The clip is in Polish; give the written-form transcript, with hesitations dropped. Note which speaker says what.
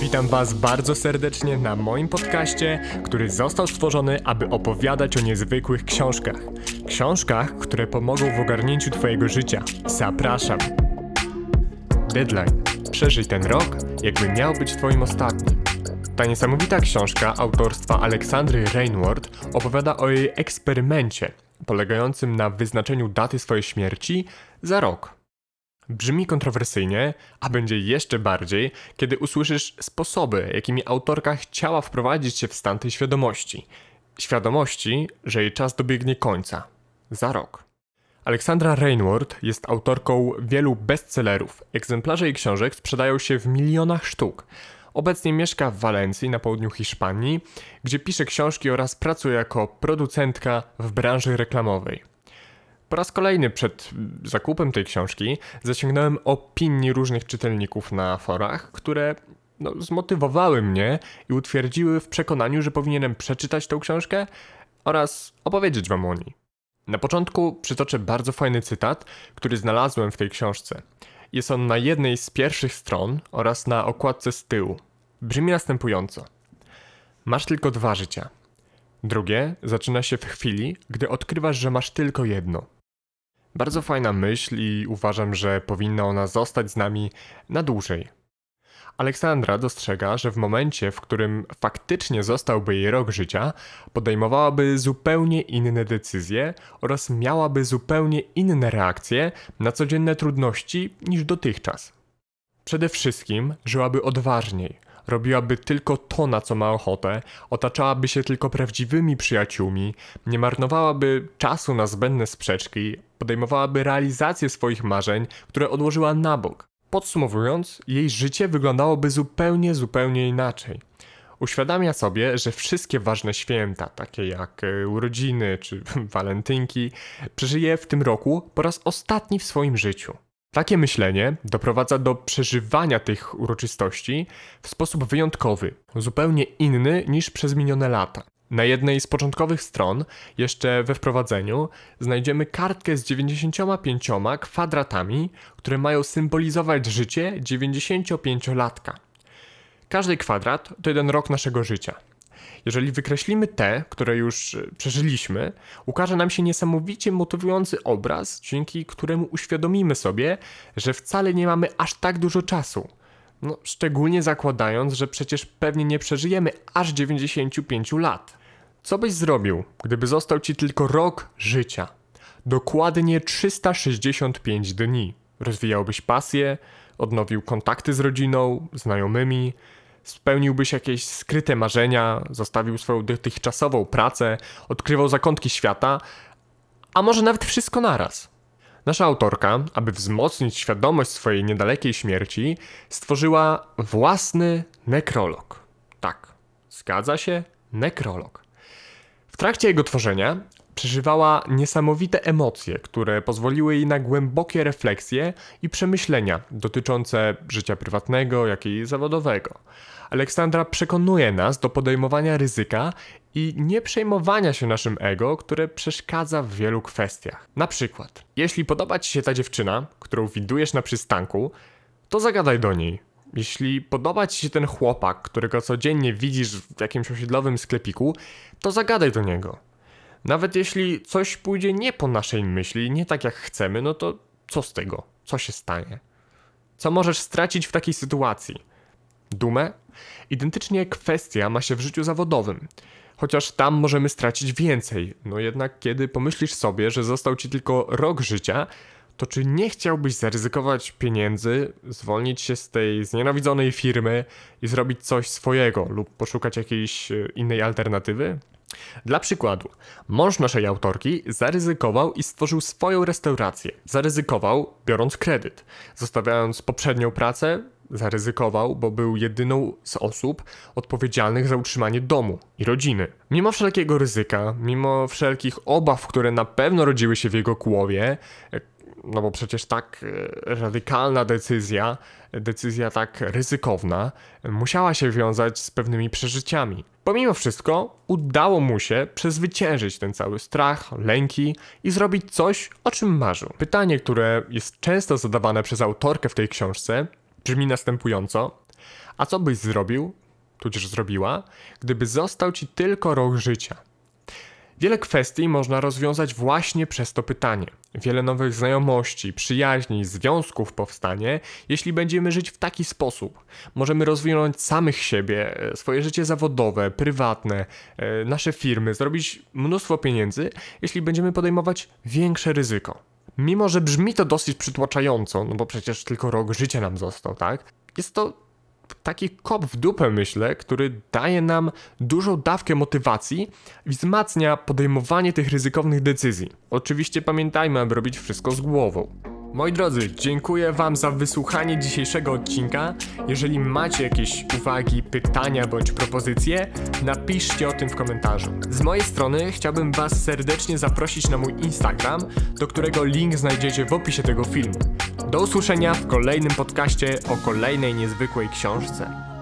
Speaker 1: Witam Was bardzo serdecznie na moim podcaście, który został stworzony, aby opowiadać o niezwykłych książkach. Książkach, które pomogą w ogarnięciu Twojego życia. Zapraszam! Deadline. Przeżyj ten rok, jakby miał być Twoim ostatnim. Ta niesamowita książka autorstwa Alexandry Rainward opowiada o jej eksperymencie, polegającym na wyznaczeniu daty swojej śmierci za rok. Brzmi kontrowersyjnie, a będzie jeszcze bardziej, kiedy usłyszysz sposoby, jakimi autorka chciała wprowadzić cię w stan tej świadomości. Świadomości, że jej czas dobiegnie końca. Za rok. Alexandra Rainward jest autorką wielu bestsellerów. Egzemplarze jej książek sprzedają się w milionach sztuk. Obecnie mieszka w Walencji na południu Hiszpanii, gdzie pisze książki oraz pracuje jako producentka w branży reklamowej. Po raz kolejny przed zakupem tej książki zasięgnąłem opinii różnych czytelników na forach, które zmotywowały mnie i utwierdziły w przekonaniu, że powinienem przeczytać tę książkę oraz opowiedzieć wam o niej. Na początku przytoczę bardzo fajny cytat, który znalazłem w tej książce. Jest on na jednej z pierwszych stron oraz na okładce z tyłu. Brzmi następująco. Masz tylko 2 życia. Drugie zaczyna się w chwili, gdy odkrywasz, że masz tylko jedno. Bardzo fajna myśl i uważam, że powinna ona zostać z nami na dłużej. Aleksandra dostrzega, że w momencie, w którym faktycznie zostałby jej rok życia, podejmowałaby zupełnie inne decyzje oraz miałaby zupełnie inne reakcje na codzienne trudności niż dotychczas. Przede wszystkim żyłaby odważniej, robiłaby tylko to, na co ma ochotę, otaczałaby się tylko prawdziwymi przyjaciółmi, nie marnowałaby czasu na zbędne sprzeczki, podejmowałaby realizację swoich marzeń, które odłożyła na bok. Podsumowując, jej życie wyglądałoby zupełnie inaczej. Uświadamia sobie, że wszystkie ważne święta, takie jak urodziny czy walentynki, przeżyje w tym roku po raz ostatni w swoim życiu. Takie myślenie doprowadza do przeżywania tych uroczystości w sposób wyjątkowy, zupełnie inny niż przez minione lata. Na jednej z początkowych stron, jeszcze we wprowadzeniu, znajdziemy kartkę z 95 kwadratami, które mają symbolizować życie 95-latka. Każdy kwadrat to jeden rok naszego życia. Jeżeli wykreślimy te, które już przeżyliśmy, ukaże nam się niesamowicie motywujący obraz, dzięki któremu uświadomimy sobie, że wcale nie mamy aż tak dużo czasu. Szczególnie zakładając, że przecież pewnie nie przeżyjemy aż 95 lat. Co byś zrobił, gdyby został ci tylko rok życia? Dokładnie 365 dni. Rozwijałbyś pasję, odnowił kontakty z rodziną, znajomymi, spełniłbyś jakieś skryte marzenia, zostawił swoją dotychczasową pracę, odkrywał zakątki świata, a może nawet wszystko naraz. Nasza autorka, aby wzmocnić świadomość swojej niedalekiej śmierci, stworzyła własny nekrolog. Tak, zgadza się, nekrolog. W trakcie jego tworzenia przeżywała niesamowite emocje, które pozwoliły jej na głębokie refleksje i przemyślenia dotyczące życia prywatnego, jak i zawodowego. Aleksandra przekonuje nas do podejmowania ryzyka i nie przejmowania się naszym ego, które przeszkadza w wielu kwestiach. Na przykład, jeśli podoba ci się ta dziewczyna, którą widujesz na przystanku, to zagadaj do niej. Jeśli podoba ci się ten chłopak, którego codziennie widzisz w jakimś osiedlowym sklepiku, to zagadaj do niego. Nawet jeśli coś pójdzie nie po naszej myśli, nie tak jak chcemy, no to co z tego? Co się stanie? Co możesz stracić w takiej sytuacji? Dumę? Identycznie kwestia ma się w życiu zawodowym. Chociaż tam możemy stracić więcej. Jednak kiedy pomyślisz sobie, że został ci tylko rok życia, to czy nie chciałbyś zaryzykować pieniędzy, zwolnić się z tej znienawidzonej firmy i zrobić coś swojego lub poszukać jakiejś innej alternatywy? Dla przykładu, mąż naszej autorki zaryzykował i stworzył swoją restaurację. Zaryzykował, biorąc kredyt. Zostawiając poprzednią pracę, zaryzykował, bo był jedyną z osób odpowiedzialnych za utrzymanie domu i rodziny. Mimo wszelkiego ryzyka, mimo wszelkich obaw, które na pewno rodziły się w jego głowie, bo przecież tak radykalna decyzja tak ryzykowna, musiała się wiązać z pewnymi przeżyciami. Pomimo wszystko udało mu się przezwyciężyć ten cały strach, lęki i zrobić coś, o czym marzył. Pytanie, które jest często zadawane przez autorkę w tej książce, brzmi następująco. A co byś zrobił, tudzież zrobiła, gdyby został ci tylko rok życia? Wiele kwestii można rozwiązać właśnie przez to pytanie. Wiele nowych znajomości, przyjaźni, związków powstanie, jeśli będziemy żyć w taki sposób. Możemy rozwinąć samych siebie, swoje życie zawodowe, prywatne, nasze firmy, zrobić mnóstwo pieniędzy, jeśli będziemy podejmować większe ryzyko. Mimo że brzmi to dosyć przytłaczająco, no bo przecież tylko rok życia nam został, tak? Jest to taki kop w dupę, myślę, który daje nam dużą dawkę motywacji i wzmacnia podejmowanie tych ryzykownych decyzji. Oczywiście pamiętajmy, aby robić wszystko z głową. Moi drodzy, dziękuję wam za wysłuchanie dzisiejszego odcinka. Jeżeli macie jakieś uwagi, pytania bądź propozycje, napiszcie o tym w komentarzu. Z mojej strony chciałbym was serdecznie zaprosić na mój Instagram, do którego link znajdziecie w opisie tego filmu. Do usłyszenia w kolejnym podcaście o kolejnej niezwykłej książce.